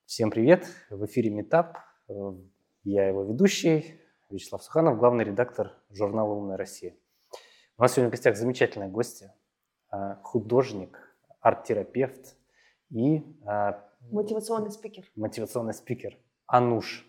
Всем привет! В эфире Meetup. Я его ведущий, Вячеслав Суханов, главный редактор журнала «Умная Россия». У нас сегодня в гостях замечательные гости. Художник, арт-терапевт и мотивационный спикер Ануш.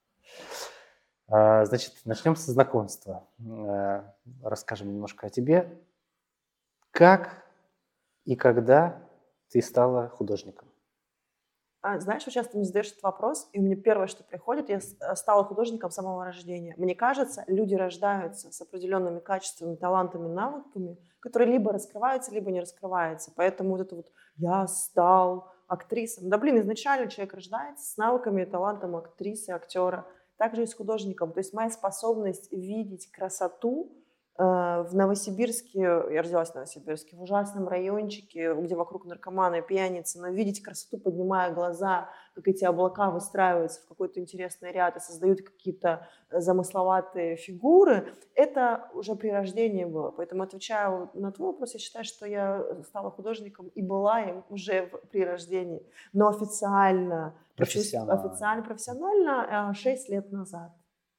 Значит, начнем со знакомства. Расскажем немножко о тебе. Как и когда ты стала художником? Знаешь, вот часто мне задаешь этот вопрос, и у меня первое, что приходит, я стала художником с самого рождения. Мне кажется, люди рождаются с определенными качествами, талантами, навыками, которые либо раскрываются, либо не раскрываются. Поэтому вот это вот «я стал актрисом». Да блин, изначально человек рождается с навыками и талантом актрисы, актера. Также и с художником. То есть моя способность видеть красоту в Новосибирске, я родилась в Новосибирске, в ужасном райончике, где вокруг наркоманы, пьяницы, но видеть красоту, поднимая глаза, как эти облака выстраиваются в какой-то интересный ряд и создают какие-то замысловатые фигуры, это уже при рождении было. Поэтому, отвечая на твой вопрос, я считаю, что я стала художником и была им уже при рождении, но официально, профессионально 6 лет назад.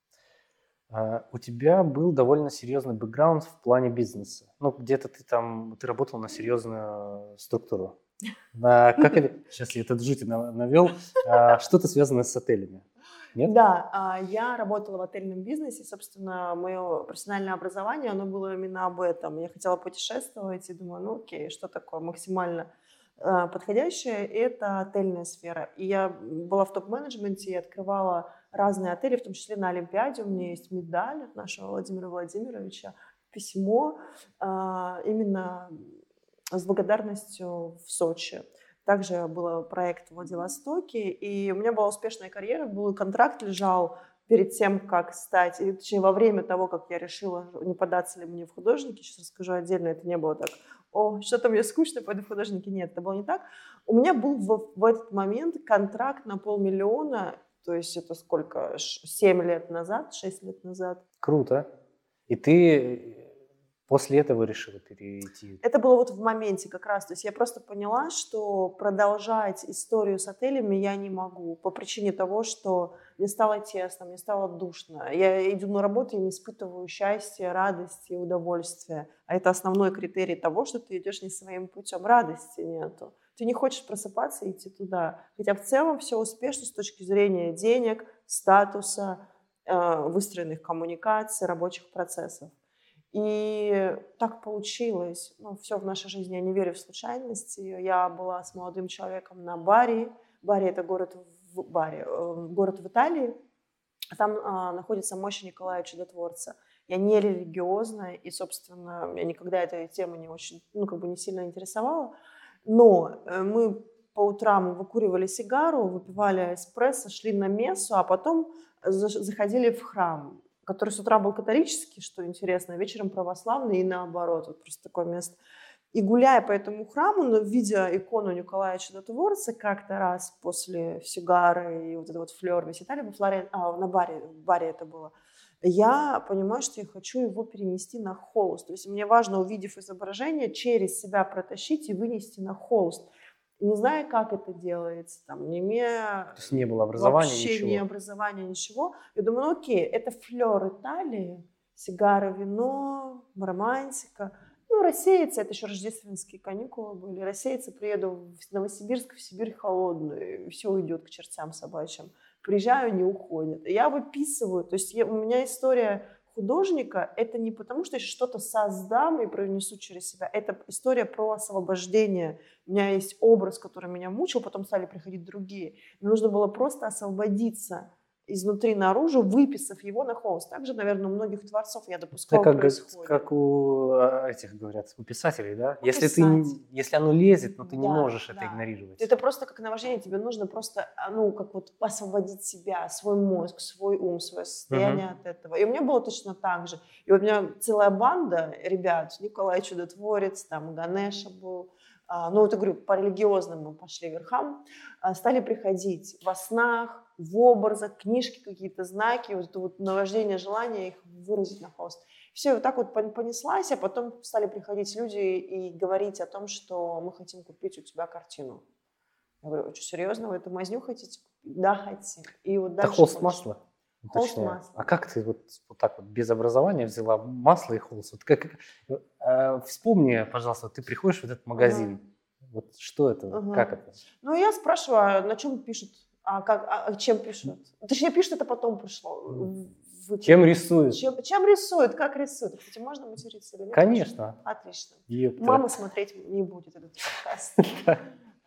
У тебя был довольно серьезный бэкграунд в плане бизнеса. Ну, где-то ты работал на серьезную структуру. Сейчас я этот жуть навел. Что-то связанное с отелями. Нет? Да, я работала в отельном бизнесе. Собственно, мое профессиональное образование, оно было именно об этом. Я хотела путешествовать и думаю, окей, что такое максимально подходящее? Это отельная сфера. И я была в топ-менеджменте и открывала разные отели, в том числе на Олимпиаде. У меня есть медаль от нашего Владимира Владимировича, письмо именно с благодарностью в Сочи. Также был проект в Владивостоке, и у меня была успешная карьера, был контракт лежал перед тем, как стать, и, точнее, во время того, как я решила, не податься ли мне в художники, сейчас расскажу отдельно, это не было так, что-то мне скучно, пойду в художники, нет, это было не так. У меня был в этот момент контракт на 500 000, то есть это сколько, 7 лет назад, 6 лет назад. Круто. И ты после этого решила перейти? Это было вот в моменте как раз. То есть я просто поняла, что продолжать историю с отелями я не могу по причине того, что мне стало тесно, мне стало душно. Я иду на работу и не испытываю счастья, радости, удовольствия. А это основной критерий того, что ты идешь не своим путем. Радости нету. Ты не хочешь просыпаться и идти туда. Хотя в целом все успешно с точки зрения денег, статуса, выстроенных коммуникаций, рабочих процессов. И так получилось. Все в нашей жизни, я не верю в случайности. Я была с молодым человеком на Бари. Бари – это город в Италии. Там находится мощь Николая Чудотворца. Я не религиозная, и, собственно, меня никогда эта тема не очень, не сильно интересовала. Но мы по утрам выкуривали сигару, выпивали эспрессо, шли на мессу, а потом заходили в храм, который с утра был католический, что интересно, а вечером православный и наоборот. Вот просто такое место. И гуляя по этому храму, но видя икону Николая Чудотворца как-то раз после сигары и вот это вот флёр весь Италии, на баре это было, я понимаю, что я хочу его перенести на холст. То есть мне важно, увидев изображение, через себя протащить и вынести на холст. Не знаю, как это делается, не имея То есть не было образования, вообще ничего? ни образования, ничего. Я думаю, окей, это флёр Италии, сигары, вино, романтика. Рассеяться, это еще рождественские каникулы были, рассеяться, приеду в Новосибирск, в Сибирь холодную, и все уйдет к чертям собачьим. Приезжаю, не уходит. Я выписываю, то есть у меня история художника, это не потому, что я что-то создам и пронесу через себя, это история про освобождение. У меня есть образ, который меня мучил, потом стали приходить другие. Мне нужно было просто освободиться изнутри наружу, выписав его на холст. Также, наверное, у многих творцов, я допускаю, происходит. Как у у писателей, да? Если оно лезет, но ты не можешь это игнорировать. Это просто как наваждение, тебе нужно просто, как вот освободить себя, свой мозг, свой ум, свое состояние от этого. И у меня было точно так же. И вот у меня целая банда ребят, Николай Чудотворец, там Ганеша был, это, говорю, по религиозным мы пошли верхам, стали приходить во снах, в образах, книжки какие-то, знаки, вот это вот наваждение, желание их выразить на холст. Все, вот так вот понеслась, а потом стали приходить люди и говорить о том, что мы хотим купить у тебя картину. Я говорю, что, серьезно, вы эту мазню хотите? Да, хотим. И вот Это дальше холст пошло. масла? Холст Точнее. масла. А как ты вот так вот без образования взяла масло и холст? Вот вспомни, пожалуйста, ты приходишь в этот магазин. Вот что это? Как это? Ну, я спрашиваю, на чем пишут? Чем пишут? Точнее, пишут, это потом пришло. Чем рисуют? Чем рисуют, как рисуют. Кстати, можно материться или нет? Конечно. Отлично. Ёпта. Мама смотреть не будет этот подкаст.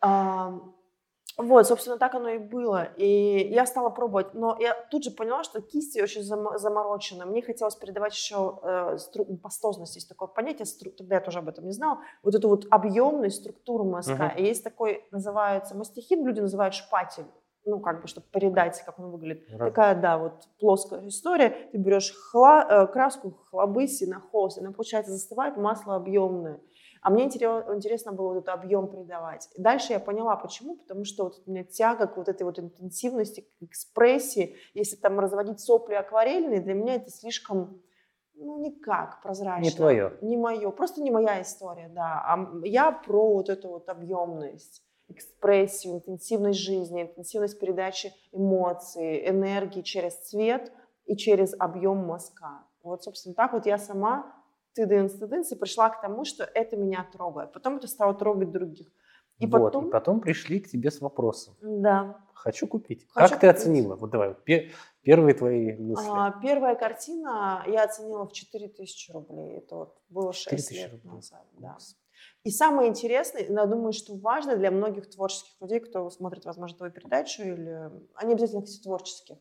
Вот, собственно, так оно и было. И я стала пробовать, но я тут же поняла, что кисти очень заморочены. Мне хотелось передавать еще пастозность. Есть такое понятие, тогда я тоже об этом не знала, вот эту вот объемность, структуру мазка. И есть такой, называется мастихин, люди называют шпатель. Ну, как бы, чтобы передать, как он выглядит. Такая, да, вот плоская история. Ты берешь краску, хлобысь на холст, и она, получается, застывает, масло объемное. А мне интересно было вот этот объем придавать. И дальше я поняла, почему. Потому что вот у меня тяга к вот этой вот интенсивности, к экспрессии. Если там разводить сопли акварельные, для меня это слишком, ну, никак прозрачно. Не твое. Не мое. Просто не моя история, да. А я про вот эту вот объемность, экспрессию, интенсивность жизни, интенсивность передачи эмоций, энергии через цвет и через объем мазка. Вот, собственно, так вот я сама тыдынс, пришла к тому, что это меня трогает. Потом это стало трогать других. И потом пришли к тебе с вопросом. Да. Хочу купить. Хочу как ты оценила? Вот давай, первые твои мысли. Первая картина я оценила в 4000 рублей. Это вот было 6 лет назад. Да. И самое интересное, я думаю, что важно для многих творческих людей, кто смотрит, возможно, твою передачу, или они обязательно, кстати, творческие.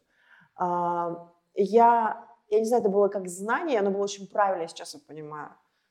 Я не знаю, это было как знание, оно было очень правильно, сейчас я понимаю,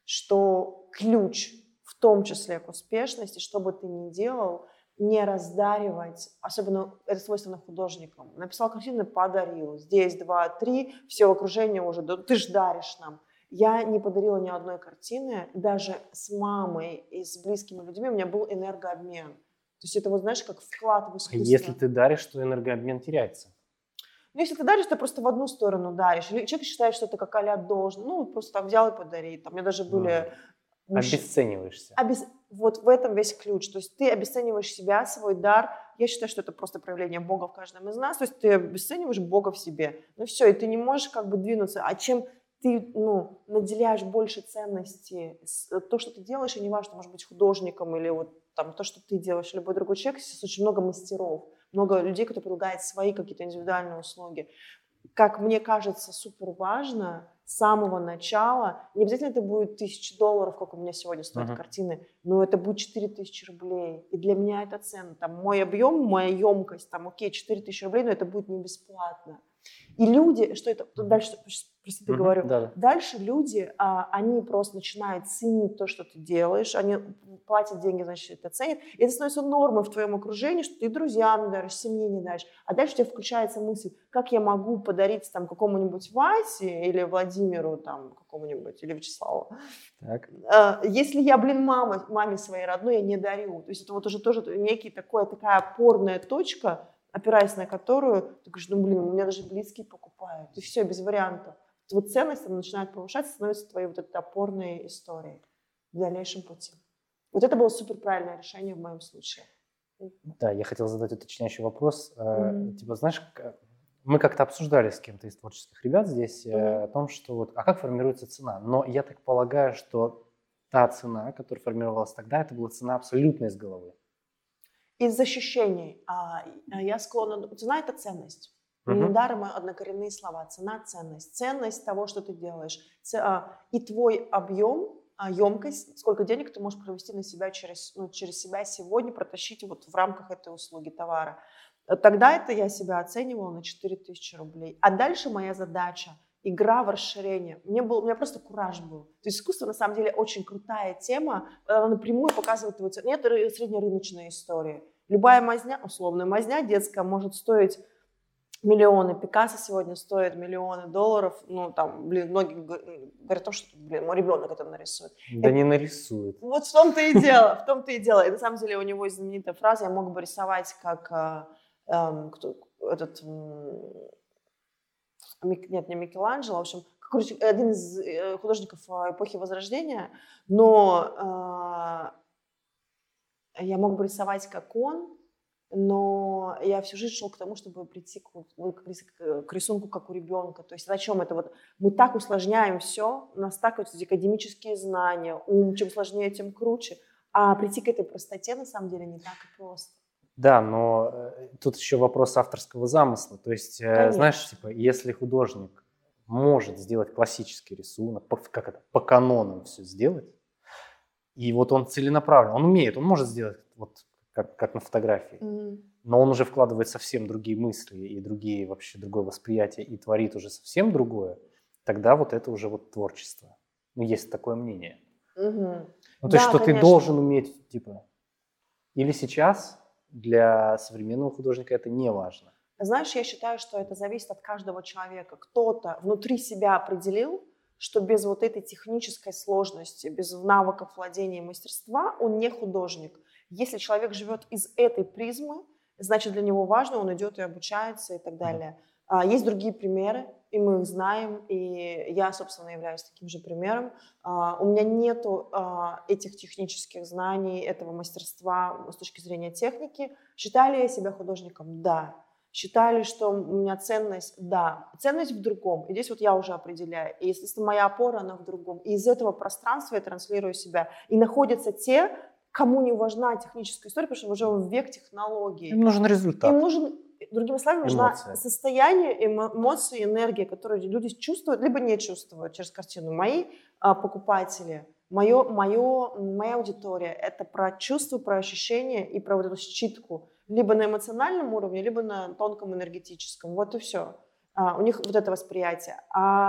что ключ, в том числе к успешности, что бы ты ни делал, не раздаривать, особенно это свойственно художникам. Написал картину, подарил. Здесь 2, 3, все в окружении уже, да ты ж даришь нам. Я не подарила ни одной картины, даже с мамой и с близкими людьми у меня был энергообмен. То есть это вот, знаешь, как вклад в искусство. Если ты даришь, то энергообмен теряется. Ну, если ты даришь, ты просто в одну сторону даришь. Или человек считает, что это как а-ля должен. Ну, просто так взял и подари. Там у меня даже были... Обесцениваешься. Вот в этом весь ключ. То есть ты обесцениваешь себя, свой дар. Я считаю, что это просто проявление Бога в каждом из нас. То есть ты обесцениваешь Бога в себе. Ну все, и ты не можешь как бы двинуться. А чем ты, наделяешь больше ценности, то, что ты делаешь, и не важно, может быть, художником или вот там то, что ты делаешь, любой другой человек, сейчас очень много мастеров, много людей, которые предлагают свои какие-то индивидуальные услуги. Как мне кажется, супер важно с самого начала, не обязательно это будет $1000, как у меня сегодня стоят картины, но это будет 4000 рублей. И для меня это ценно. Там мой объем, моя емкость, там, окей, 4000 рублей, но это будет не бесплатно. И люди, что это, дальше, прости, ты говорю, да. Дальше люди, они просто начинают ценить то, что ты делаешь, они платят деньги, значит, это ценят, и это становится нормой в твоем окружении, что ты друзьям не даришь, семье не даришь. А дальше у тебя включается мысль, как я могу подарить там какому-нибудь Васе или Владимиру там какому-нибудь, или Вячеславу. Так. Если я, маме своей родной я не дарю. То есть это вот уже тоже такая опорная точка, опираясь на которую ты говоришь, у меня даже близкие покупают. И все, без вариантов. Вот ценность начинает повышаться, становится твоей вот этой опорной историей в дальнейшем пути. Вот это было супер правильное решение в моем случае. Да, я хотел задать уточняющий вопрос. Типа, знаешь, мы как-то обсуждали с кем-то из творческих ребят здесь о том, что вот, а как формируется цена? Но я так полагаю, что та цена, которая формировалась тогда, это была цена абсолютно из головы. Из ощущений. Я склонна... Цена – это ценность. Недаром однокоренные слова. Цена – ценность. Ценность того, что ты делаешь. И твой объем, емкость, сколько денег ты можешь провести на себя через себя сегодня, протащить вот в рамках этой услуги, товара. Тогда это я себя оценивала на 4000 рублей. А дальше моя задача – игра в расширение. У меня просто кураж был. То есть искусство, на самом деле, очень крутая тема. Она напрямую показывает твою цену. Нет среднерыночной истории. Любая мазня, условная мазня детская, может стоить миллионы. Пикассо сегодня стоит $миллионы. Многие говорят, что, мой ребенок это нарисует. Да не нарисует. Вот в том-то и дело, И на самом деле у него есть знаменитая фраза, я мог бы рисовать как не Микеланджело, в общем, один из художников эпохи Возрождения, но я мог бы рисовать как он, но я всю жизнь шел к тому, чтобы прийти к рисунку, как у ребенка. То есть о чем это? Вот мы так усложняем все, у нас так вот эти академические знания, чем сложнее, тем круче, а прийти к этой простоте на самом деле не так и просто. Да, но тут еще вопрос авторского замысла. То есть, знаешь, типа, если художник может сделать классический рисунок, по канонам все сделать, и вот он целенаправленно, он умеет, он может сделать вот как на фотографии, но он уже вкладывает совсем другие мысли и другое восприятие и творит уже совсем другое, тогда вот это уже вот творчество. Ну, есть такое мнение. Ну, то есть, что конечно. Ты должен уметь, типа, или сейчас для современного художника это не важно. Знаешь, я считаю, что это зависит от каждого человека. Кто-то внутри себя определил, что без вот этой технической сложности, без навыков владения и мастерства он не художник. Если человек живет из этой призмы, значит, для него важно, он идет и обучается и так далее. Есть другие примеры, и мы их знаем, и я, собственно, являюсь таким же примером. У меня нету этих технических знаний, этого мастерства с точки зрения техники. Считаю ли я себя художником? Да. Считали, что у меня ценность, да, ценность в другом. И здесь вот я уже определяю. И если моя опора, она в другом. И из этого пространства я транслирую себя. И находятся те, кому не важна техническая история, потому что мы живем в век технологий. Им нужен результат. Им нужен, другими словами, нужно состояние, эмоции, энергия, которую люди чувствуют, либо не чувствуют через картину. Мои покупатели, моя аудитория – это про чувства, про ощущения и про вот эту считку. Либо на эмоциональном уровне, либо на тонком энергетическом. Вот и все. У них вот это восприятие.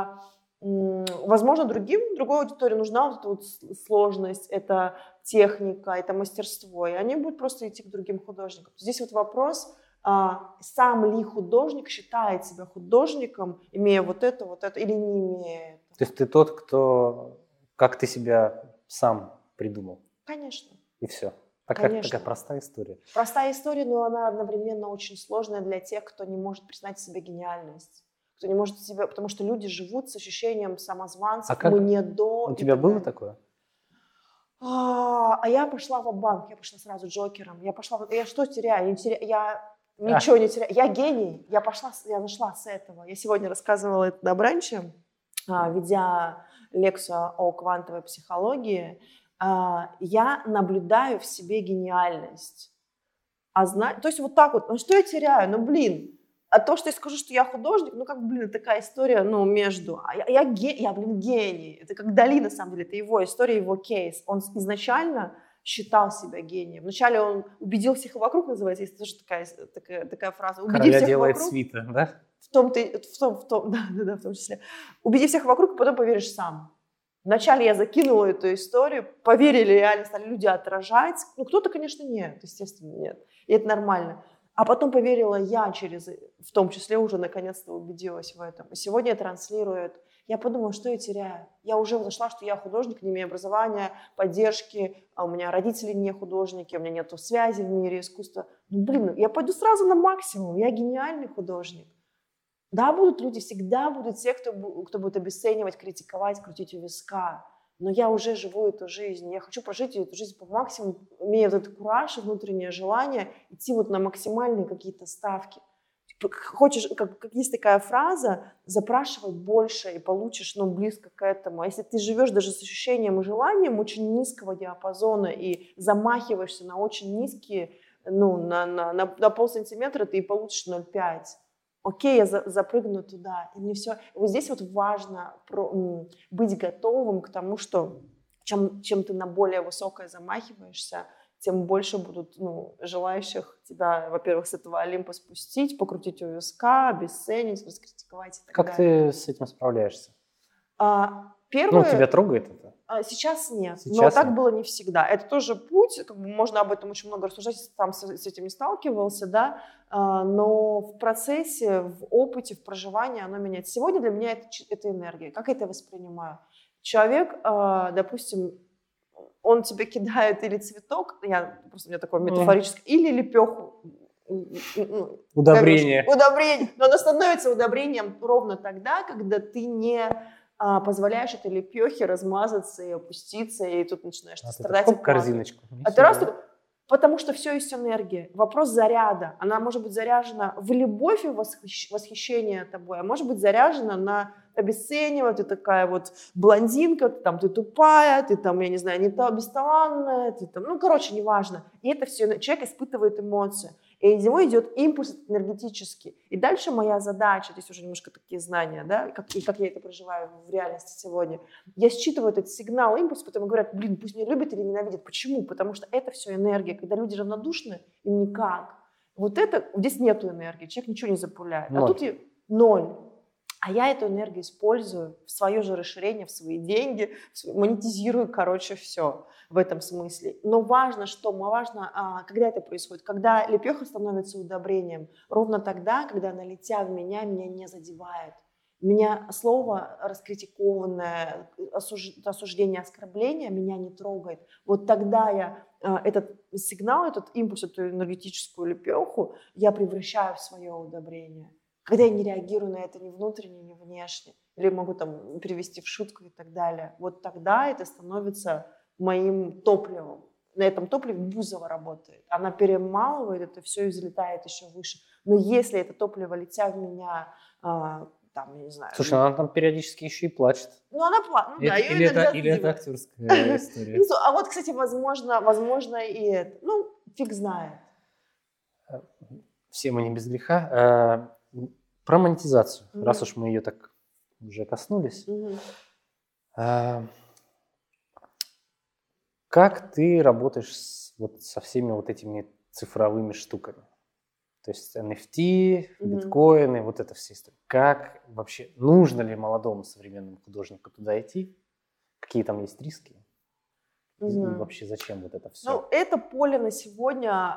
Возможно, другой аудитории нужна вот эта вот сложность, это техника, это мастерство. И они будут просто идти к другим художникам. Здесь вот вопрос, сам ли художник считает себя художником, имея вот это, или не имея это. То есть ты тот, кто, как ты себя сам придумал? Конечно. И все. Такая простая история. Простая история, но она одновременно очень сложная для тех, кто не может признать в себе гениальность. Кто не может себе, потому что люди живут с ощущением самозванцев, мы не до. У тебя было такое? Я пошла ва-банк, я пошла сразу Джокером. Я что теряю? Я ничего не теряю. Я гений. Я нашла с этого. Я сегодня рассказывала это на бранче, ведя лекцию о квантовой психологии. Я наблюдаю в себе гениальность. То есть вот так вот, что я теряю? А то, что я скажу, что я художник, такая история, между. Я гений. Это как Дали, на самом деле, это его история, его кейс. Он изначально считал себя гением. Вначале он убедил всех вокруг, называется, есть тоже такая фраза. Короля делает свита, да? В том числе. Убеди всех вокруг, потом поверишь сам. Вначале я закинула эту историю, поверили, реально стали люди отражать. Кто-то, конечно, нет, естественно, нет. И это нормально. А потом поверила я в том числе уже наконец-то убедилась в этом. И сегодня я транслирую. Я подумала, что я теряю. Я уже нашла, что я художник, не имею образования, поддержки, у меня родители не художники, у меня нету связи в мире искусства. Я пойду сразу на максимум, я гениальный художник. Да, будут люди, всегда будут те, кто будет обесценивать, критиковать, крутить у виска. Но я уже живу эту жизнь. Я хочу прожить эту жизнь по максимуму, имея вот этот кураж и внутреннее желание идти вот на максимальные какие-то ставки. Хочешь, как есть такая фраза, запрашивай больше и получишь, близко к этому. А если ты живешь даже с ощущением и желанием очень низкого диапазона и замахиваешься на очень низкие, на полсантиметра, ты и получишь 0,5. Окей, я запрыгну туда. И мне все. Вот здесь вот важно быть готовым к тому, что чем ты на более высокое замахиваешься, тем больше будут желающих тебя, во-первых, с этого Олимпа спустить, покрутить у виска, обесценить, раскритиковать и так далее. Как ты с этим справляешься? Первое, тебя трогает это? Сейчас нет, но так было не всегда. Это тоже путь, можно об этом очень много рассуждать, там с этим не сталкивался, да, но в процессе, в опыте, в проживании оно меняется. Сегодня для меня это энергия. Как я это воспринимаю? Человек, допустим, он тебе кидает или цветок, у меня такое метафорическое, или лепеху. Удобрение. Но оно становится удобрением ровно тогда, когда ты не позволяешь этой лепехе размазаться и опуститься, и тут начинаешь страдать. Корзиночку. Потому что все есть энергия. Вопрос заряда. Она может быть заряжена в любовь и восхищение тобой, а может быть заряжена на обесценивание. Ты такая вот блондинка, ты тупая, ты там, я не знаю, не та бесталанная, ты там, неважно. И это все, человек испытывает эмоции. И из него идет импульс энергетический. И дальше моя задача, здесь уже немножко такие знания, да, как я это проживаю в реальности сегодня. Я считываю этот сигнал, импульс, потом говорят, пусть меня любят или ненавидят. Почему? Потому что это все энергия. Когда люди равнодушны, им никак. Вот это, здесь нету энергии, человек ничего не запуляет. А тут ноль. А я эту энергию использую в свое же расширение, в свои деньги, монетизирую, все в этом смысле. Но важно, когда это происходит, когда лепеха становится удобрением, ровно тогда, когда, налетя в меня не задевает. Меня слово раскритикованное, осуждение, оскорбление меня не трогает. Вот тогда я этот сигнал, этот импульс, эту энергетическую лепеху я превращаю в свое удобрение. Когда я не реагирую на это ни внутренне, ни внешне, или могу там перевести в шутку и так далее, вот тогда это становится моим топливом. На этом топливе Бузова работает. Она перемалывает это все и взлетает еще выше. Но если это топливо, летя в меня, я не знаю... Слушай, она там периодически еще и плачет. Она плачет, да. Или это актерская история? А вот, кстати, возможно и это. Фиг знает. Все мы не без греха. Про монетизацию, раз уж мы ее так уже коснулись. Как ты работаешь со всеми вот этими цифровыми штуками? То есть NFT, биткоины, вот это все истории. Как вообще, нужно ли молодому современному художнику туда идти? Какие там есть риски? И вообще зачем вот это все? Это поле на сегодня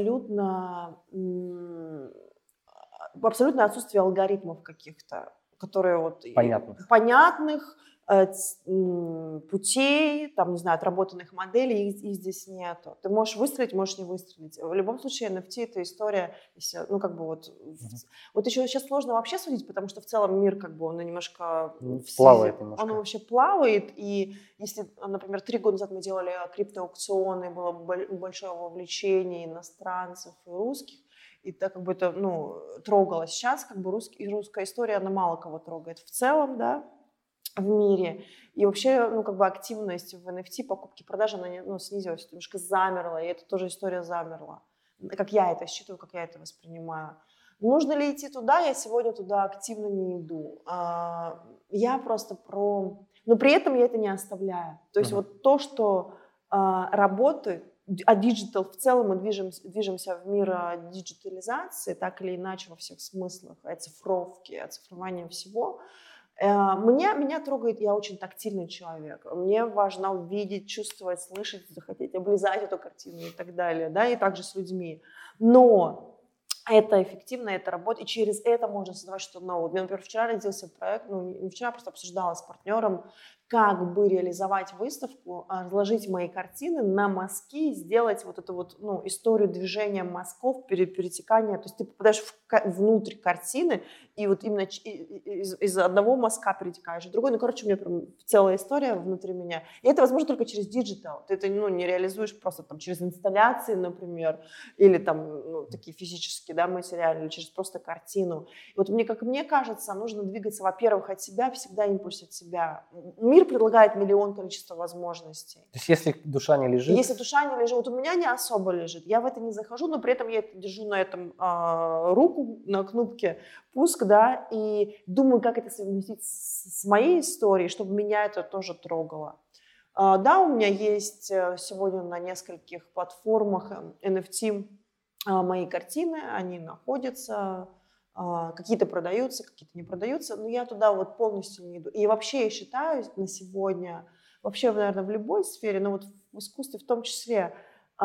абсолютное отсутствие алгоритмов каких-то, которые понятных путей, отработанных моделей, их здесь нету. Ты можешь выстрелить, можешь не выстрелить. В любом случае NFT это история, если, вот еще сейчас сложно вообще судить, потому что в целом мир он немножко плавает немножко. Он вообще плавает, и если, например, 3 года назад мы делали криптоаукционы, было большое вовлечение иностранцев и русских, и так это трогало. Сейчас русская история, она мало кого трогает в целом, да, в мире. И вообще, активность в NFT, покупки, продажи, она снизилась, немножко замерла, и это тоже история замерла. Как я это считаю, как я это воспринимаю. Нужно ли идти туда? Я сегодня туда активно не иду. Я просто но при этом я это не оставляю. То есть вот то, что работает, а диджитал в целом мы движемся в мир диджитализации, так или иначе во всех смыслах, оцифровки, оцифрования всего. Меня трогает, я очень тактильный человек. Мне важно увидеть, чувствовать, слышать, захотеть облизать эту картину и так далее, да, и также с людьми. Но это эффективно, это работает, и через это можно создавать что-то новое. У меня, например, вчера родился проект, не вчера, просто обсуждала с партнером, как бы реализовать выставку, разложить мои картины на мазки, сделать вот эту историю движения мазков, перетекания. То есть ты попадаешь внутрь картины, и вот именно из одного мазка перетекаешь в другой. У меня прям целая история внутри меня. И это возможно только через диджитал. Ты это не реализуешь просто через инсталляции, например, или такие физические, да, материалы, или через просто картину. И вот как мне кажется, нужно двигаться, во-первых, от себя, всегда импульс от себя. Мир предлагает миллион количества возможностей. То есть если душа не лежит? Если душа не лежит, вот у меня не особо лежит, я в это не захожу, но при этом я держу на этом руку на кнопке пуск, да, и думаю, как это совместить с моей историей, чтобы меня это тоже трогало. Да, у меня есть сегодня на нескольких платформах NFT мои картины, они находятся, какие-то продаются, какие-то не продаются, но я туда полностью не иду. И вообще я считаю на сегодня, вообще, наверное, в любой сфере, но в искусстве в том числе,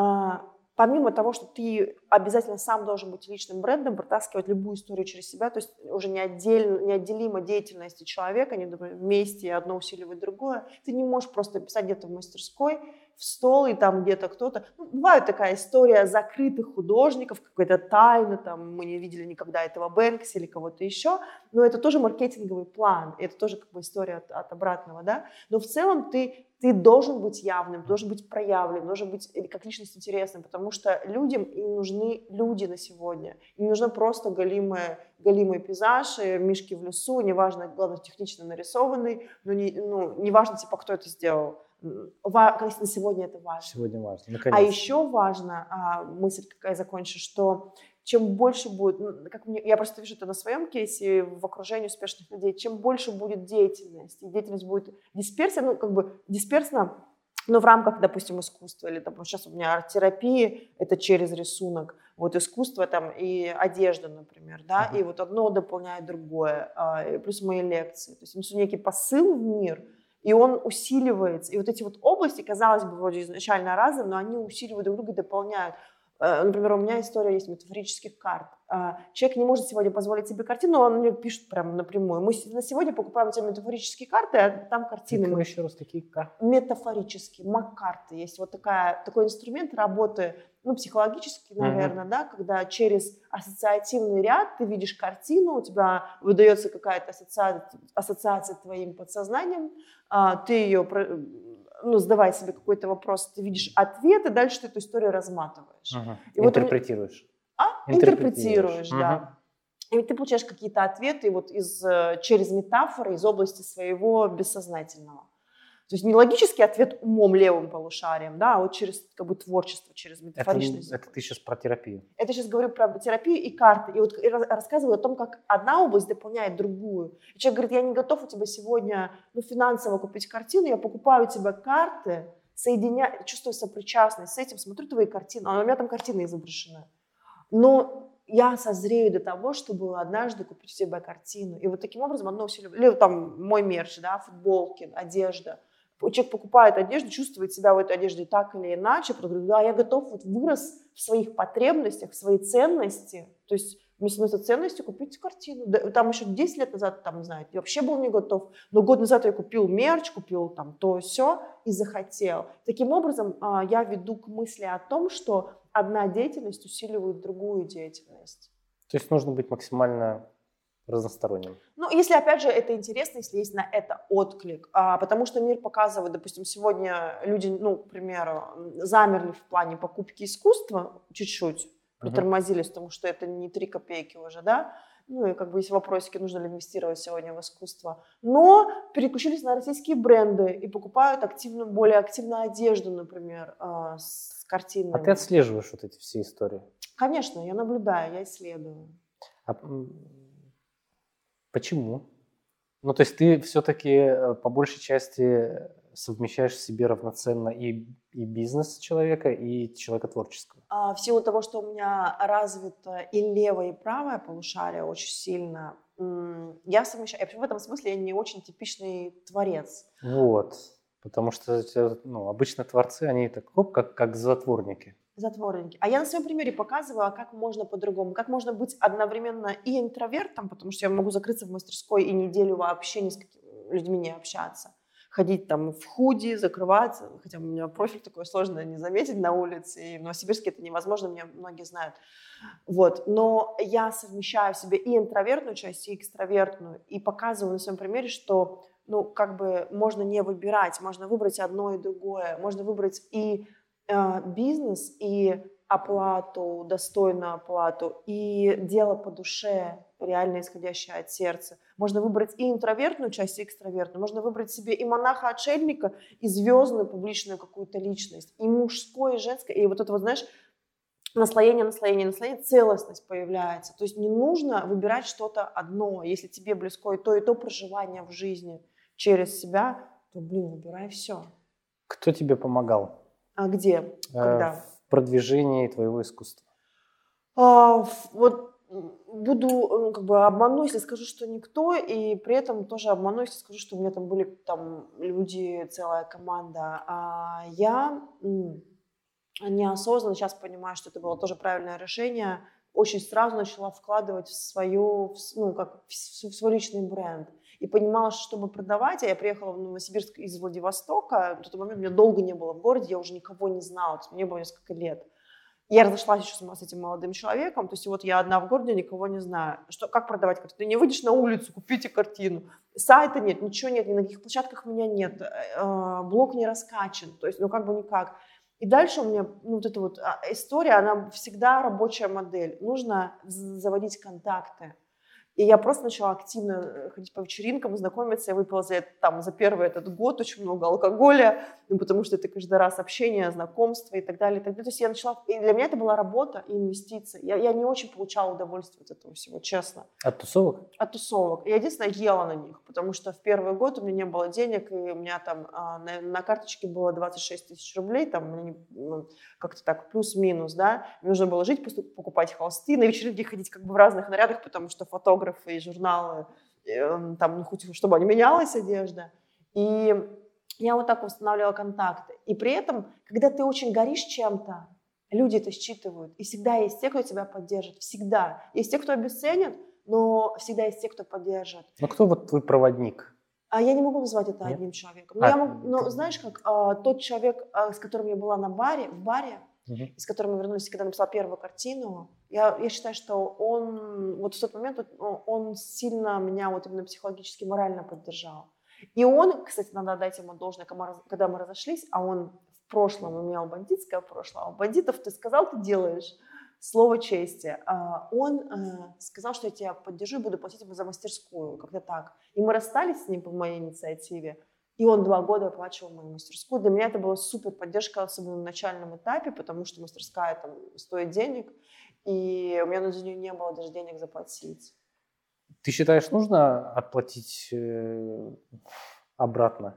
помимо того, что ты обязательно сам должен быть личным брендом, протаскивать любую историю через себя, то есть уже неотделима деятельности человека, они вместе, и одно усиливает другое. Ты не можешь просто писать где-то в мастерской, в стол, и там где-то кто-то... бывает такая история закрытых художников, какая-то тайна, мы не видели никогда этого Бэнкси или кого-то еще, но это тоже маркетинговый план, это тоже история от обратного, да. Но в целом ты ты должен быть явным, должен быть проявлен, должен быть как личность интересным, потому что людям им нужны люди на сегодня. Им нужно просто голимый пейзаж, мишки в лесу, неважно, главное, технично нарисованный, но неважно, типа, кто это сделал. На сегодня это важно. Сегодня важно, А наконец-то. еще важно, мысль какая закончу, что чем больше будет, я просто вижу это на своем кейсе, в окружении успешных людей, чем больше будет деятельность, и деятельность будет дисперсия, дисперсна, но в рамках, допустим, искусства, или сейчас у меня арт-терапия, это через рисунок, вот искусство там и одежда, например, да, и вот одно дополняет другое, плюс мои лекции, то есть несу некий посыл в мир, и он усиливается. И вот эти вот области, казалось бы, вроде изначально разные, но они усиливают друг друга и дополняют. Например, у меня история есть метафорических карт. Человек не может сегодня позволить себе картину, но он мне пишет прямо напрямую. Мы на сегодня покупаем тебе метафорические карты, а там картины. Какие еще раз такие карты? Метафорические, мак-карты. Есть вот такой инструмент работы, психологический, наверное, да, когда через ассоциативный ряд ты видишь картину, у тебя выдается какая-то ассоциация твоим подсознанием, ты ее, задавая себе какой-то вопрос, ты видишь ответ, и дальше ты эту историю разматываешь. И интерпретируешь. Интерпретируешь, да. И ты получаешь какие-то ответы вот через метафоры из области своего бессознательного. То есть не логический ответ умом, левым полушарием, да, а вот через творчество, через метафоричность. Это ты сейчас про терапию? Это сейчас говорю про терапию и карты. И вот рассказываю о том, как одна область дополняет другую. И человек говорит, я не готов у тебя сегодня финансово купить картину, я покупаю у тебя карты, чувствую сопричастность с этим, смотрю твои картины, а у меня там картины изображены. Но я созрею до того, чтобы однажды купить у тебя картину. И вот таким образом одно усиливает. Или там мой мерч, да, футболки, одежда. Человек покупает одежду, чувствует себя в этой одежде так или иначе, потому что да, я готов вырос в своих потребностях, в своей ценности. То есть вместо ценности купить картину. Там еще 10 лет назад, не знаю, я вообще был не готов, но год назад я купил мерч, купил там то-сё и захотел. Таким образом, я веду к мысли о том, что одна деятельность усиливает другую деятельность. То есть нужно быть максимально разносторонним. Если, опять же, это интересно, если есть на это отклик. Потому что мир показывает, допустим, сегодня люди, к примеру, замерли в плане покупки искусства чуть-чуть, притормозились, потому что это не 3 копейки уже, да? И есть вопросики, нужно ли инвестировать сегодня в искусство. Но переключились на российские бренды и покупают более активно одежду, например, с картинами. А ты отслеживаешь вот эти все истории? Конечно, я наблюдаю, я исследую. Почему? То есть ты все-таки по большей части совмещаешь в себе равноценно и бизнес человека, и человека творческого? В силу того, что у меня развито и левое, и правое полушарие очень сильно, я совмещаю. В этом смысле я не очень типичный творец. Вот. Потому что обычно творцы, они как затворники. А я на своем примере показываю, как можно по-другому, как можно быть одновременно и интровертом, потому что я могу закрыться в мастерской и неделю вообще ни с какими людьми не общаться. Ходить там в худи, закрываться, хотя у меня профиль такой сложный, не заметить на улице, и в Новосибирске это невозможно, меня многие знают. Вот. Но я совмещаю в себе и интровертную часть, и экстравертную, и показываю на своем примере, что можно не выбирать, можно выбрать одно и другое, можно выбрать и бизнес, и оплату, достойную оплату, и дело по душе, реально исходящее от сердца. Можно выбрать и интровертную часть, и экстравертную. Можно выбрать себе и монаха-отшельника, и звездную публичную какую-то личность, и мужское, и женское. И вот это знаешь, наслоение, целостность появляется. То есть не нужно выбирать что-то одно. Если тебе близко и то проживание в жизни через себя, то, выбирай все. Кто тебе помогал? А где? Когда? В продвижении твоего искусства. Буду обману, если скажу, что никто, и при этом тоже обману, если скажу, что у меня там были люди, целая команда. А я неосознанно сейчас понимаю, что это было тоже правильное решение. Очень сразу начала вкладывать в свой личный бренд. И понимала, что чтобы продавать, я приехала в Новосибирск из Владивостока, в тот момент меня долго не было в городе, я уже никого не знала, мне было несколько лет. Я разошлась еще с этим молодым человеком, то есть вот я одна в городе, никого не знаю. Как продавать картину? Ты не выйдешь на улицу, купите картину. Сайта нет, ничего нет, ни на каких площадках меня нет, блог не раскачан, то есть как бы никак. И дальше у меня вот эта вот история, она всегда рабочая модель. Нужно заводить контакты. И я просто начала активно ходить по вечеринкам, знакомиться. Я выпила за первый этот год очень много алкоголя, потому что это каждый раз общение, знакомство и так далее. И так далее. То есть я начала... И для меня это была работа и инвестиции. Я не очень получала удовольствие от этого всего, честно. От тусовок? От тусовок. Я единственное ела на них, потому что в первый год у меня не было денег, и у меня там на карточке было 26 тысяч рублей, там как-то так плюс-минус, да. Мне нужно было жить, покупать холсты, на вечеринки ходить как бы в разных нарядах, потому что фотографы и журналы, там, чтобы не менялась одежда. И я вот так устанавливала контакты. И при этом, когда ты очень горишь чем-то, люди это считывают. И всегда есть те, кто тебя поддержит. Всегда. Есть те, кто обесценит, но всегда есть те, кто поддержит. Но кто вот твой проводник? А я не могу назвать это одним человеком. Но знаешь, как тот человек, с которым я была в баре, с которым мы вернулись, когда написала первую картину, я считаю, что он вот в тот момент он сильно меня вот именно психологически, морально поддержал. И он, кстати, надо отдать ему должное, когда мы разошлись, а он в прошлом имел бандитское прошлое, а у бандитов ты сказал, ты делаешь. Слово чести. Он сказал, что я тебя поддержу и буду платить ему за мастерскую, как-то так. И мы расстались с ним по моей инициативе. И он 2 года оплачивал мою мастерскую. Для меня это была супер поддержка, особенно на начальном этапе, потому что мастерская там стоит денег, и у меня на нее не было даже денег заплатить. Ты считаешь, нужно отплатить обратно?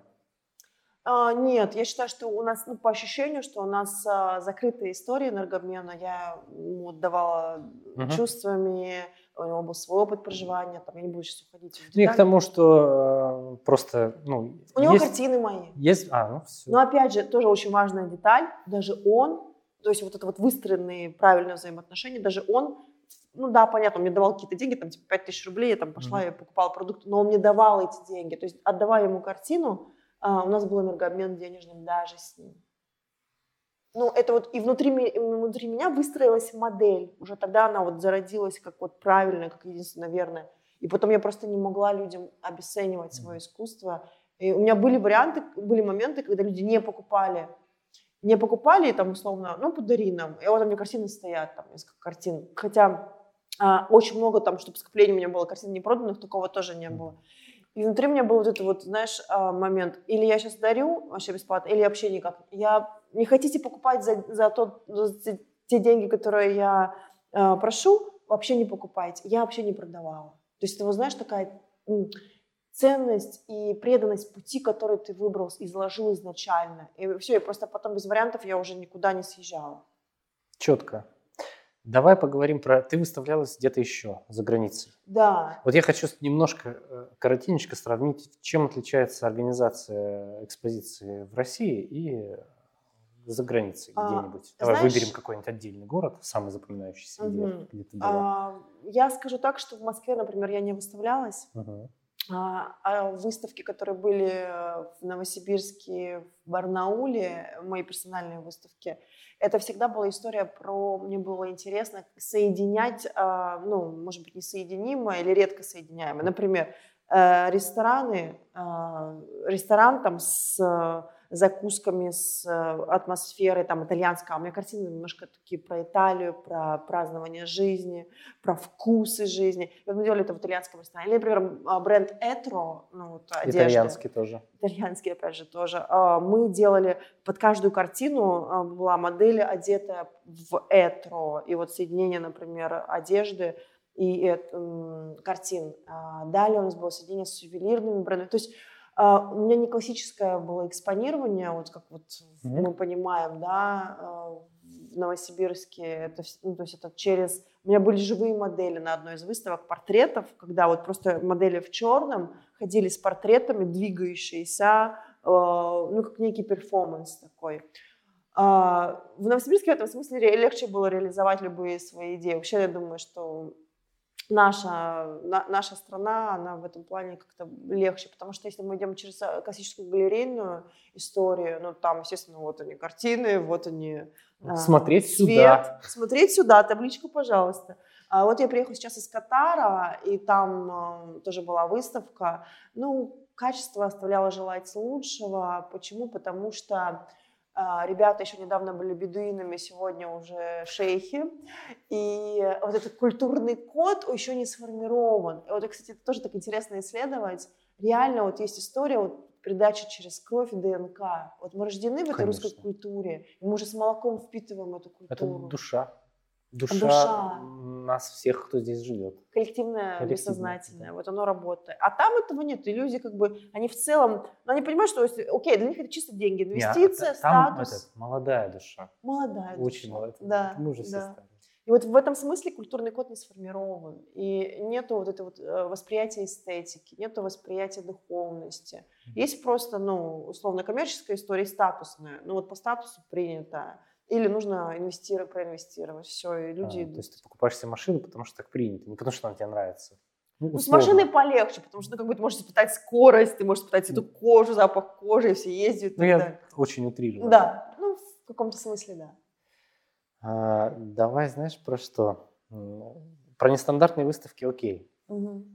Нет, я считаю, что у нас, по ощущению, что у нас закрытая история энергообмена. Я ему отдавала чувствами, у него был свой опыт проживания, там, я не буду сейчас уходить в детали. К тому, что просто, у него картины мои. Есть, все. Но опять же, тоже очень важная деталь, даже он, то есть вот это вот выстроенные правильные взаимоотношения, даже он, да, понятно, он мне давал какие-то деньги, там, типа 5000 рублей, я там пошла и покупала продукты, но он мне давал эти деньги, то есть отдавая ему картину, у нас был энергообмен денежным даже с ним. Это вот и внутри меня выстроилась модель. Уже тогда она вот зародилась как вот правильная, как единственно верная. И потом я просто не могла людям обесценивать свое искусство. И у меня были моменты, когда люди не покупали, и там условно, подари нам. И вот там мне картины стоят, там несколько картин. Хотя очень много там, чтобы скопление у меня было картин непроданных, такого тоже не было. И внутри меня был вот этот вот, знаешь, момент. Или я сейчас дарю вообще бесплатно, или вообще никак. Не хотите покупать за те деньги, которые я прошу, вообще не покупайте. Я вообще не продавала. То есть это, вот, знаешь, такая ценность и преданность пути, который ты выбрал, изложил изначально. И все, и просто потом без вариантов я уже никуда не съезжала. Четко. Давай поговорим про... Ты выставлялась где-то еще, за границей. Да. Вот я хочу немножко, коротенько сравнить, чем отличается организация экспозиции в России и за границей где-нибудь. Давай выберем какой-нибудь отдельный город, самый запоминающийся, где ты была. Я скажу так, что в Москве, например, я не выставлялась. А выставки, которые были в Новосибирске, в Барнауле, мои персональные выставки, это всегда была история мне было интересно соединять, может быть, несоединимое или редко соединяемое. Например, ресторан там с закусками, с атмосферой там итальянской. У меня картины немножко такие про Италию, про празднование жизни, про вкусы жизни. И вот мы делали это в итальянском ресторане. Или, например, бренд Этро, одежда. Итальянский тоже. Итальянский, опять же, тоже. Мы делали под каждую картину была модель, одетая в Этро. И вот соединение, например, одежды и картин. Далее у нас было соединение с ювелирными брендами. То есть у меня не классическое было экспонирование, вот как вот мы понимаем, да, в Новосибирске, то есть это через... У меня были живые модели на одной из выставок портретов, когда вот просто модели в черном ходили с портретами, двигающиеся, как некий перформанс такой. В Новосибирске в этом смысле легче было реализовать любые свои идеи. Вообще, я думаю, что наша страна, она в этом плане как-то легче, потому что если мы идем через классическую галерейную историю, ну, там, естественно, вот они картины, вот они Смотреть свет, сюда. Смотреть сюда, табличку, пожалуйста. А вот я приехала сейчас из Катара, и там тоже была выставка. Ну, качество оставляло желать лучшего. Почему? Потому что ребята еще недавно были бедуинами, сегодня уже шейхи. И вот этот культурный код еще не сформирован. И вот, кстати, это тоже так интересно исследовать. Реально вот есть история вот, передачи через кровь и ДНК. Вот мы рождены в этой русской культуре, и мы уже с молоком впитываем эту культуру. Это душа. Душа нас всех, кто здесь живет. Коллективное, бессознательное. Да. Вот оно работает. А там этого нет. И люди как бы, они в целом, они понимают, что, окей, для них это чисто деньги, инвестиция, статус. Молодая душа. Молодая душа. Очень молодая. Да, мы уже все стали. И вот в этом смысле культурный код не сформирован. И нету вот этого вот восприятия эстетики, нету восприятия духовности. Есть просто, ну, условно, коммерческая история, статусная. Ну, вот по статусу принято. Или нужно проинвестировать. Все, и люди идут. То есть ты покупаешь себе машину, потому что так принято, не потому что она тебе нравится. Ну, с машиной полегче, потому что, ну, как бы ты можешь испытать скорость, ты можешь испытать эту кожу, запах кожи, и все ездят. Ну, я очень утрирую. Да, ну, в каком-то смысле, да. Давай, знаешь, про что? Про нестандартные выставки, окей. Угу.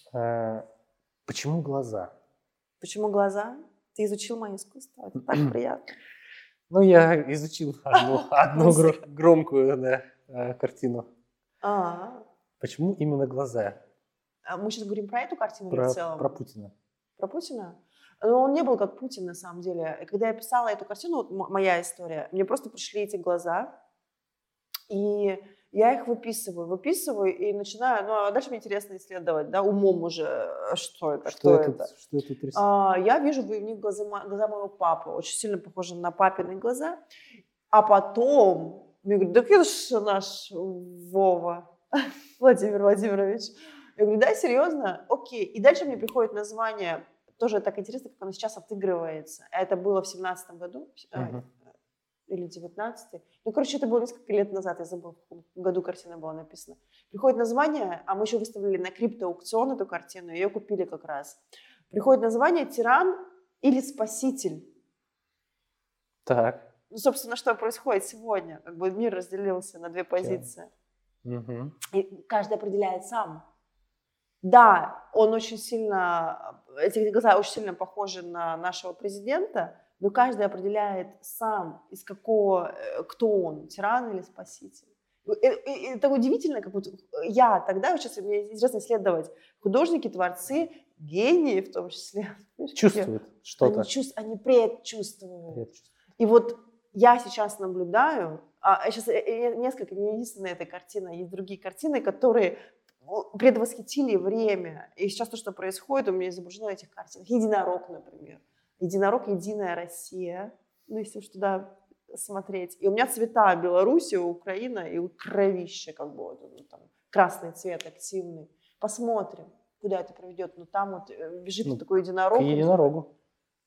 Почему глаза? Почему глаза? Ты изучил мое искусство, это так приятно. Ну, я изучил одну громкую картину. Почему именно глаза? Мы сейчас говорим про эту картину или в целом? Про Путина. Про Путина? Но он не был как Путин, на самом деле. И когда я писала эту картину, вот моя история, мне просто пришли эти глаза, и я их выписываю и начинаю, ну, а дальше мне интересно исследовать, да, умом уже, что это, кто это. Что это рисует? Я вижу в них глаза моего папы, очень сильно похожи на папины глаза, а потом мне говорят, так это же наш Вова, Владимир Владимирович. Я говорю, да, серьезно? Окей. И дальше мне приходит название, тоже так интересно, как оно сейчас отыгрывается. Это было в 17-м году, или 19-й. Ну, короче, это было несколько лет назад, я забыла, в каком году картина была написана. Приходит название, а мы еще выставили на криптоаукцион эту картину, ее купили как раз. Приходит название «Тиран» или «Спаситель». Так. Ну, собственно, что происходит сегодня? Как бы мир разделился на две позиции. Угу. И каждый определяет сам. Да, он очень сильно, эти глаза очень сильно похожи на нашего президента, но каждый определяет сам, из какого, кто он, тиран или спаситель. И это удивительно, как вот я тогда, сейчас мне интересно исследовать, художники, творцы, гении в том числе. Чувствуют что-то. Они предчувствуют. И вот я сейчас наблюдаю, сейчас несколько, не единственная эта картина, есть другие картины, которые предвосхитили время. И сейчас то, что происходит, у меня изображено на этих картинах. Единорог, например. Единорог, Единая Россия. Ну, если уж туда смотреть. И у меня цвета Белоруссия, Украина и кровище, как бы вот, там, красный цвет активный. Посмотрим, куда это приведет. Но там вот бежит такой единорог. К единорогу.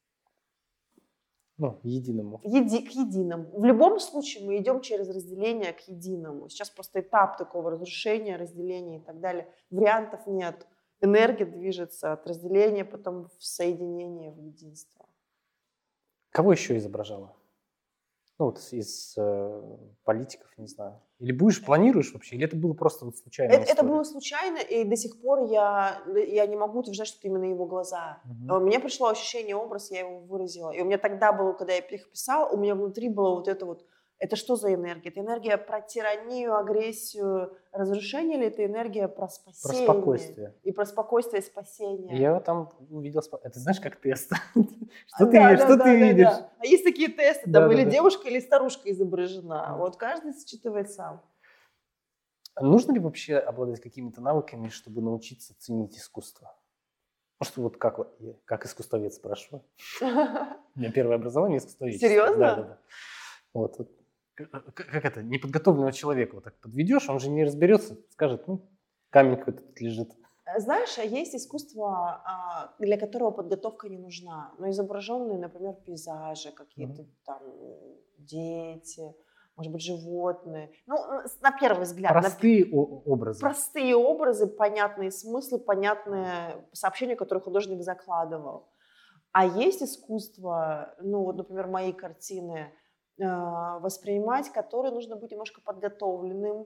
Ну, единому. К единому. В любом случае мы идем через разделение к единому. Сейчас просто этап такого разрушения, разделения и так далее. Вариантов нет. Энергия движется от разделения, потом в соединение, в единство. Кого еще изображала? Ну, вот из политиков, не знаю. Или планируешь вообще? Или это было просто вот случайно? Это было случайно, и до сих пор я не могу утверждать, что это именно его глаза. У меня пришло ощущение, образ, я его выразила. И у меня тогда было, когда я их писала, у меня внутри было вот это вот, это что за энергия? Это энергия про тиранию, агрессию, разрушение, или это энергия про спасение? Про спокойствие. И про спокойствие и спасение. Я там увидел... Это знаешь, как тест. Что ты видишь? А есть такие тесты, там или девушка, или старушка изображена. Вот каждый считывает сам. Нужно ли вообще обладать какими-то навыками, чтобы научиться ценить искусство? Может, вот как искусствовед спрашиваю. У меня первое образование искусствоведческое. Серьезно? Да. Вот. Как это, неподготовленного человека вот так подведешь, он же не разберется, скажет, камень какой-то тут лежит. Знаешь, есть искусство, для которого подготовка не нужна, но изображенные, например, пейзажи, какие-то там дети, может быть, животные. Ну, на первый взгляд. Простые образы. Простые образы, понятные смыслы, понятные сообщения, которые художник закладывал. А есть искусство, ну вот, например, мои картины, воспринимать, которые нужно быть немножко подготовленным,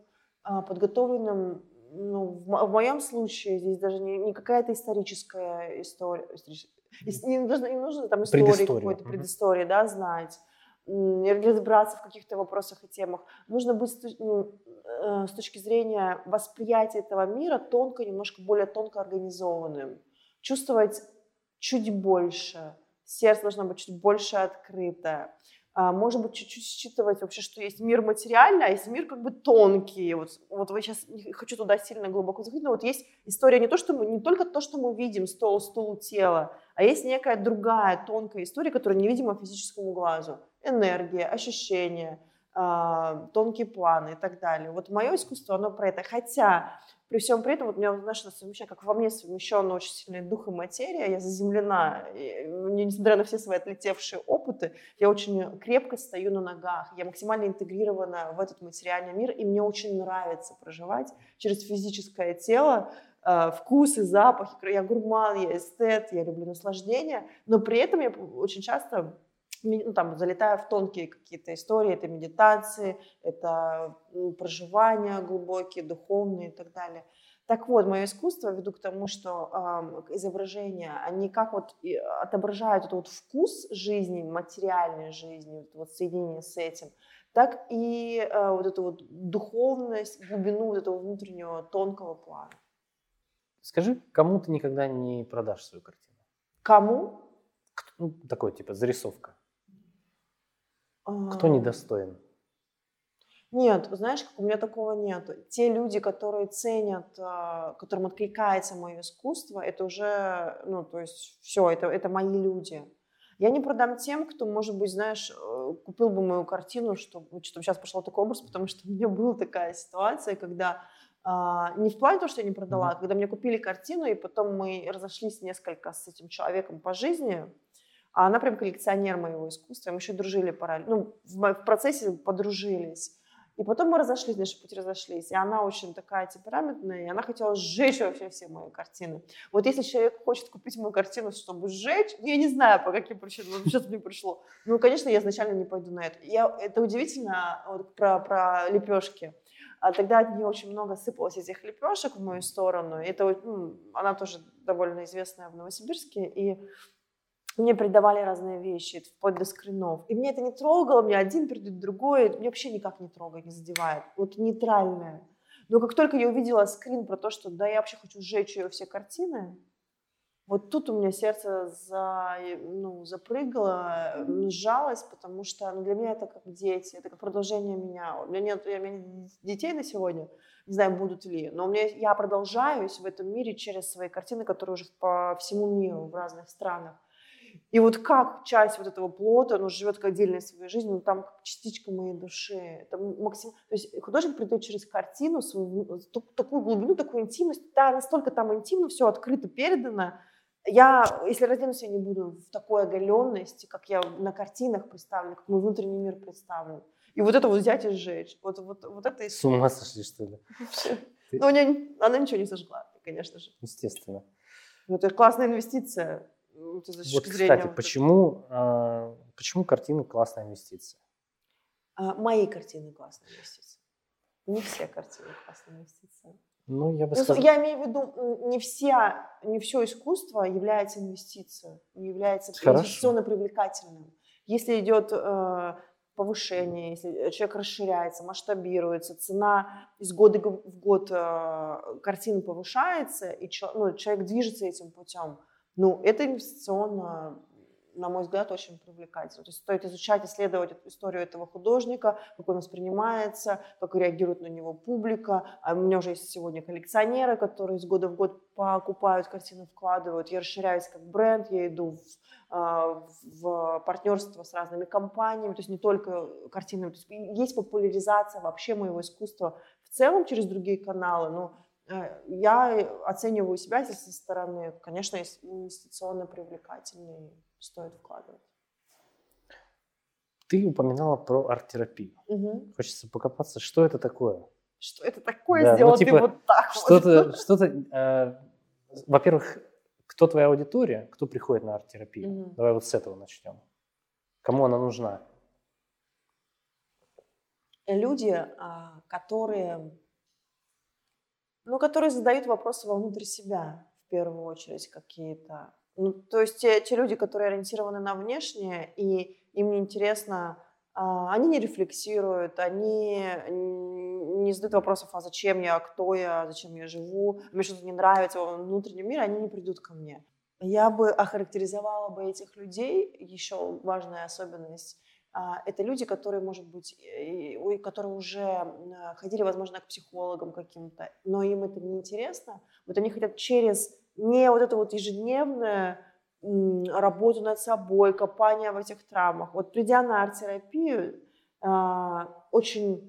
ну, в моем случае здесь даже не какая-то историческая история, не нужно там истории какой-то, предыстории, да, знать, разбираться в каких-то вопросах и темах. Нужно быть с точки зрения восприятия этого мира тонко, немножко более тонко организованным, чувствовать чуть больше, сердце должно быть чуть больше открыто. Может быть, чуть-чуть считывать вообще, что есть мир материальный, а есть мир как бы тонкий. Вот вы сейчас, не хочу туда сильно глубоко заходить, но вот есть история не только то, что мы видим, стул, тело, а есть некая другая тонкая история, которая невидима физическому глазу. Энергия, ощущения, тонкие планы и так далее. Вот мое искусство, оно про это. Хотя при всем при этом, вот у меня, знаешь, совмещение, как во мне совмещенно очень сильный дух и материя, я заземлена, несмотря на все свои отлетевшие опыты, я очень крепко стою на ногах, я максимально интегрирована в этот материальный мир, и мне очень нравится проживать через физическое тело, вкусы, запахи, я гурман, я эстет, я люблю наслаждение, но при этом я очень часто залетаю в тонкие какие-то истории, это медитации, это проживания глубокие, духовные и так далее. Так вот, мое искусство веду к тому, что изображения, они как вот отображают этот вот вкус жизни, материальной жизни, вот соединение с этим, так и вот эту вот духовность, глубину вот этого внутреннего тонкого плана. Скажи, кому ты никогда не продашь свою картину? Кому? Ну, такой типа зарисовка. Кто недостоин? Нет, знаешь, у меня такого нет. Те люди, которые ценят, которым откликается мое искусство, это уже, ну, то есть все, это мои люди. Я не продам тем, кто, может быть, знаешь, купил бы мою картину, чтобы сейчас пошел такой образ, потому что у меня была такая ситуация, когда не в плане того, что я не продала, а когда мне купили картину, и потом мы разошлись несколько с этим человеком по жизни, а она прям коллекционер моего искусства, мы еще дружили параллельно, ну, в процессе подружились. И потом мы разошлись, наши пути разошлись, и она очень такая темпераментная, и она хотела сжечь вообще все мои картины. Вот если человек хочет купить мою картину, чтобы сжечь, я не знаю, по каким причинам, сейчас мне пришло. Ну, конечно, я изначально не пойду на это. Это удивительно вот, про лепешки. А тогда от нее очень много сыпалось этих лепешек в мою сторону. Это, она тоже довольно известная в Новосибирске, и мне передавали разные вещи, вплоть до скринов. И мне это не трогало, мне один передает другой, мне вообще никак не трогает, не задевает. Вот нейтральное. Но как только я увидела скрин про то, что да, я вообще хочу сжечь ее все картины, вот тут у меня сердце запрыгало, сжалось, потому что для меня это как дети, это как продолжение меня. У меня нет детей на сегодня, не знаю, будут ли, но я продолжаюсь в этом мире через свои картины, которые уже по всему миру, в разных странах. И вот как часть вот этого плота, оно живет как отдельной своей жизнью, там как частичка моей души. Это То есть художник придает через картину свою такую глубину, такую интимность. Да, настолько там интимно, все открыто передано. Если разденусь, я не буду в такой оголенности, как я на картинах представлена, как мой внутренний мир представлен. И вот это вот взять и сжечь. Вот это... С ума сошли, что ли? Ну, она ничего не сожгла, конечно же. Естественно. Ну, это классная инвестиция. Вот, кстати, почему картины классная инвестиция? Мои картины классная инвестиция. Не все картины классная инвестиция. Ну, я бы сказал... Я имею в виду, не все искусство является инвестицией, не является инвестиционно привлекательным. Если идет повышение, если человек расширяется, масштабируется, цена из года в год картины повышается, и человек движется этим путем, это инвестиционно, на мой взгляд, очень привлекательно. То есть стоит изучать, исследовать историю этого художника, как он воспринимается, как реагирует на него публика. А у меня уже есть сегодня коллекционеры, которые из года в год покупают картины, вкладывают. Я расширяюсь как бренд, я иду в партнерство с разными компаниями, то есть не только картинами. То есть есть популяризация вообще моего искусства в целом через другие каналы, но я оцениваю себя со стороны, конечно, инвестиционно привлекательный, стоит вкладывать. Ты упоминала про арт-терапию. Угу. Хочется покопаться, что это такое? Что это такое? Да, Сделал ты вот так что-то, во-первых, кто твоя аудитория, кто приходит на арт-терапию? Мгм. Давай вот с этого начнем. Кому она нужна? Люди, которые задают вопросы вовнутрь себя, в первую очередь, какие-то. Ну, то есть те люди, которые ориентированы на внешнее, и им не интересно, они не рефлексируют, они не задают вопросов, а зачем я, кто я, зачем я живу, мне что-то не нравится во внутреннем мире, они не придут ко мне. Я бы охарактеризовала бы этих людей, еще важная особенность, это люди, которые, может быть, которые уже ходили, возможно, к психологам каким-то, но им это не интересно. Вот они хотят через не вот эту вот ежедневную работу над собой, копание в этих травмах. Вот придя на арт-терапию, очень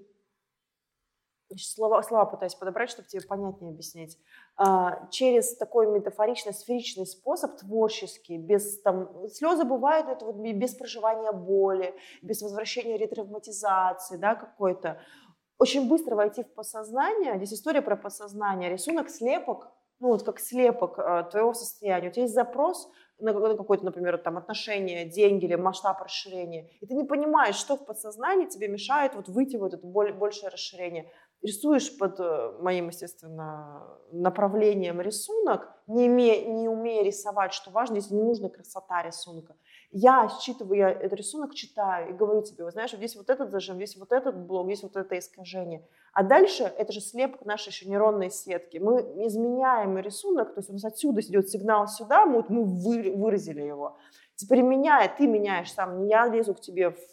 слова пытаюсь подобрать, чтобы тебе понятнее объяснить. Через такой метафорично-сферичный способ, творческий, без слезы бывают, но это вот без проживания боли, без возвращения ретравматизации, да, какой-то. Очень быстро войти в подсознание. Здесь история про подсознание. Рисунок, слепок, ну вот как слепок твоего состояния. У тебя есть запрос на какое-то, например, там отношение, деньги или масштаб расширения, и ты не понимаешь, что в подсознании тебе мешает вот выйти в это большее расширение. Рисуешь под моим, естественно, направлением рисунок, не умея рисовать, что важно, если не нужна красота рисунка. Я этот рисунок читаю и говорю тебе, вот знаешь, вот здесь вот этот зажим, здесь вот этот блок, здесь вот это искажение. А дальше это же слепок нашей еще нейронной сетки. Мы изменяем рисунок, то есть у нас отсюда идет сигнал сюда, мы выразили его. Теперь ты меняешь сам, не я лезу к тебе в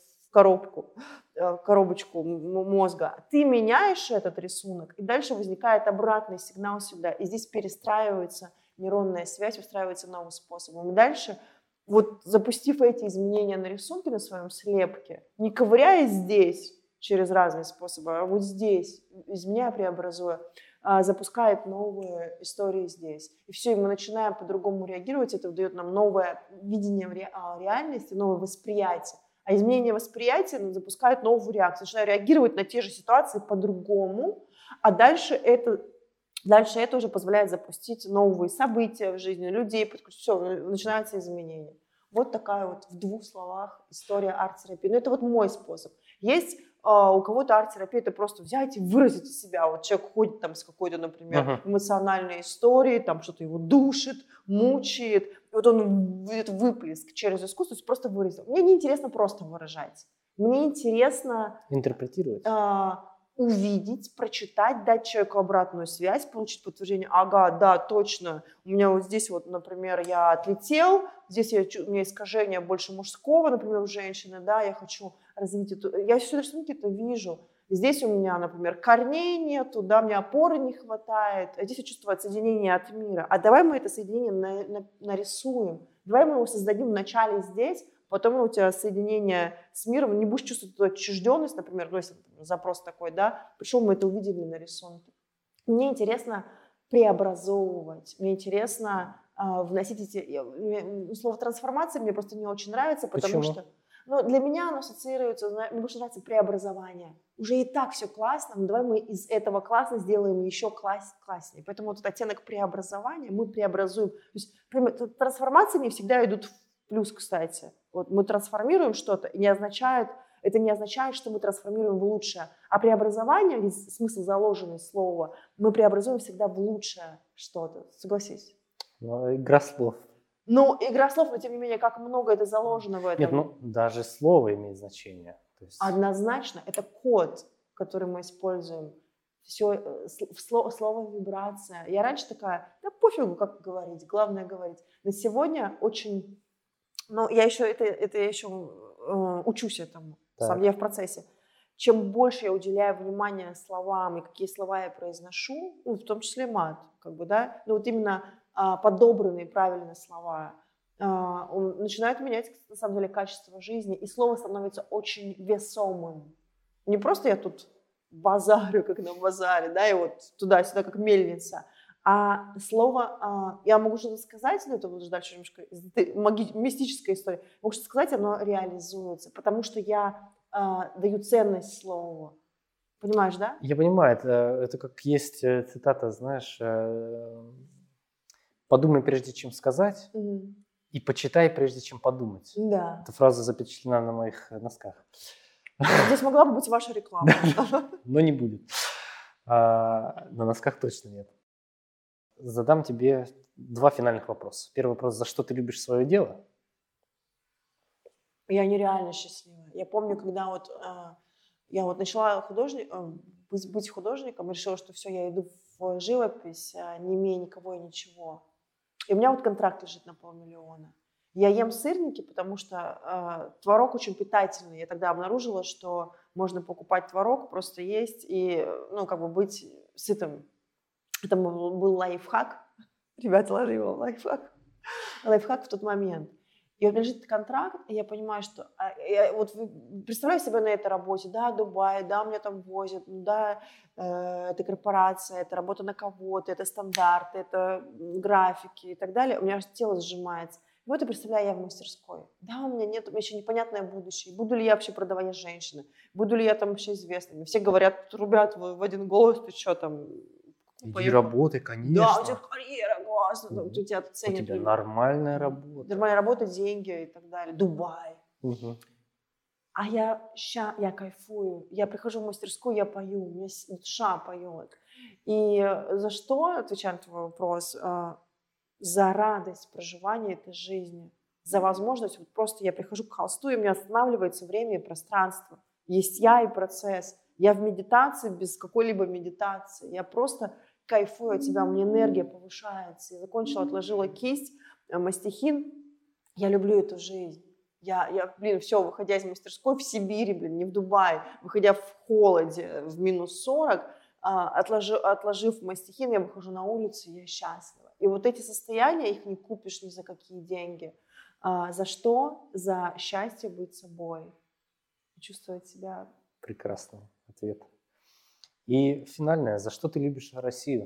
коробочку мозга. Ты меняешь этот рисунок, и дальше возникает обратный сигнал сюда. И здесь перестраивается нейронная связь, устраивается новым способом. И дальше, вот запустив эти изменения на рисунке, на своем слепке, не ковыряясь здесь через разные способы, а вот здесь, изменяя, преобразуя, запускает новые истории здесь. И все, и мы начинаем по-другому реагировать, это дает нам новое видение реальности, новое восприятие. А изменение восприятия запускает новую реакцию. Начинаю реагировать на те же ситуации по-другому, а дальше это уже позволяет запустить новые события в жизни людей, все, начинаются изменения. Вот такая вот в 2 словах история арт-терапии. Но это вот мой способ. Есть у кого-то арт-терапия, это просто взять и выразить из себя. Вот человек ходит там с какой-то, например, эмоциональной историей, там что-то его душит, мучает. И вот он выплеск через искусство, то есть просто выразил. Мне не интересно просто выражать. Мне интересно интерпретировать, увидеть, прочитать, дать человеку обратную связь, получить подтверждение. Ага, да, точно. У меня вот здесь вот, например, я отлетел, здесь у меня искажение больше мужского, например, у женщины, да, я хочу развить эту... Я все рисунки это вижу. Здесь у меня, например, корней нету, да, мне опоры не хватает, а здесь я чувствую отсоединение от мира. А давай мы это соединение нарисуем, давай мы его создадим вначале здесь, потом у тебя соединение с миром, не будешь чувствовать эту отчужденность, например, ну, если запрос такой, да, причем мы это увидели на рисунке. Мне интересно преобразовывать, мне интересно вносить слово трансформация мне просто не очень нравится, потому что для меня оно ассоциируется, мне больше нравится преобразование. Уже и так все классно, но давай мы из этого класса сделаем еще класснее. Поэтому вот этот оттенок преобразования мы преобразуем. То есть трансформации не всегда идут в плюс, кстати. Вот мы трансформируем что-то, и это не означает, что мы трансформируем в лучшее. А преобразование, здесь смысл заложенный слова, мы преобразуем всегда в лучшее что-то. Согласись? Игра слов. Игра слов, но тем не менее, как много это заложено в этом. Нет, даже слово имеет значение. То есть... Однозначно, это код, который мы используем. Все, слово вибрация. Я раньше такая, да пофигу, как говорить, главное говорить. Но сегодня очень... я еще учусь этому. Сам я в процессе. Чем больше я уделяю внимания словам и какие слова я произношу, в том числе мат, да, вот именно подобранные правильные слова, начинают менять, на самом деле, качество жизни, и слово становится очень весомым. Не просто я тут базарю, как на базаре, да, и вот туда-сюда, как мельница, А слово, я могу что-то сказать, но это будет дальше немножко мистическая история. Могу что-то сказать, оно реализуется, потому что я даю ценность слову. Понимаешь, да? Я понимаю, это как есть цитата, знаешь, подумай, прежде чем сказать, и почитай, прежде чем подумать. Да. Эта фраза запечатлена на моих носках. Здесь могла бы быть ваша реклама. Но не будет. На носках точно нет. Задам тебе 2 финальных вопроса. Первый вопрос: за что ты любишь свое дело? Я нереально счастлива. Я помню, когда я начала быть художником, решила, что все, я иду в живопись, не имея никого и ничего. И у меня контракт лежит на 500 000. Я ем сырники, потому что творог очень питательный. Я тогда обнаружила, что можно покупать творог, просто есть и, быть сытым. Это был лайфхак. Ребята, ложи его лайфхак. Лайфхак в тот момент. И вот лежит контракт, и я понимаю, что... представляю себя на этой работе, да, Дубай, да, меня там возят, да, это корпорация, это работа на кого-то, это стандарты, это графики и так далее. У меня аж тело сжимается. И вот я представляю, я в мастерской. Да, у меня еще непонятное будущее. Буду ли я вообще продавать женщины? Буду ли я там вообще известной? Все говорят, трубят в один голос, ты что там... Иди работай, конечно. Да, у тебя карьера классная, у тебя ценят. У тебя нормальная работа. Нормальная работа, деньги и так далее. Дубай. Угу. А я кайфую. Я прихожу в мастерскую, я пою, у меня душа поет. И за что, отвечая на твой вопрос, за радость проживания этой жизни, за возможность, вот просто я прихожу к холсту, и у меня останавливается время и пространство. Есть я и процесс. Я в медитации без какой-либо медитации. Я просто кайфую от себя, у меня энергия повышается. Я закончила, отложила кисть, мастихин. Я люблю эту жизнь. Все, выходя из мастерской в Сибири, не в Дубае, выходя в холоде, в минус 40, отложив мастихин, я выхожу на улицу, и я счастлива. И вот эти состояния, их не купишь ни за какие деньги. За что? За счастье быть собой. Чувствовать себя. Прекрасный ответ. И финальное: за что ты любишь Россию?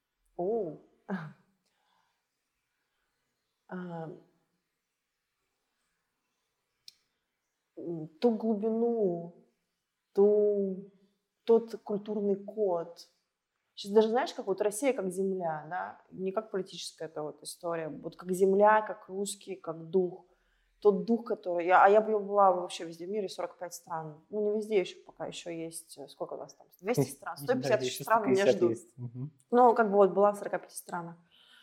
Ту глубину, тот культурный код. Сейчас даже знаешь, как вот Россия как земля, да, не как политическая эта вот история, вот как земля, как русский, как дух. Тот дух, который... Я была вообще везде в мире, 45 стран. Ну, не везде еще, пока еще есть... Сколько у нас там? 200 стран? 150 тысяч стран меня ждут. Угу. Ну, была в 45 странах.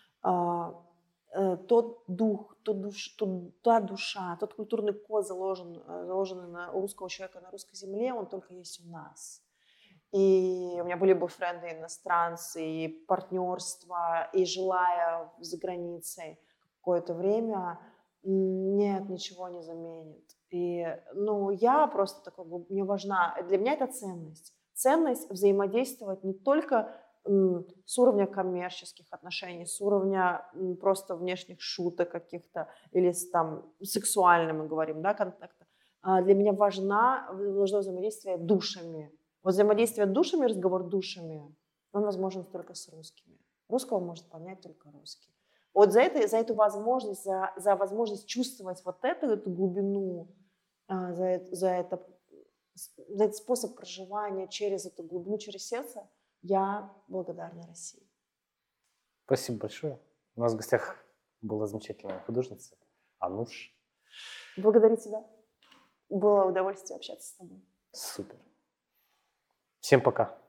Тот дух, та душа, тот культурный код, заложенный на русского человека на русской земле, он только есть у нас. И у меня были бойфренды иностранцы, и партнерство, и жилая за границей какое-то время... Нет, ничего не заменит. И, я просто такой, мне важна, для меня это ценность. Ценность взаимодействовать не только с уровня коммерческих отношений, с уровня просто внешних шуток каких-то, или сексуально мы говорим, да, контакта. Для меня важно взаимодействие душами. Вот взаимодействие душами, разговор душами, он возможен только с русскими. Русского может понять только русский. Вот за эту возможность, за возможность чувствовать вот эту глубину, за этот способ проживания через эту глубину, через сердце, я благодарна России. Спасибо большое. У нас в гостях была замечательная художница Ануш. Благодарю тебя. Было удовольствие общаться с тобой. Супер. Всем пока.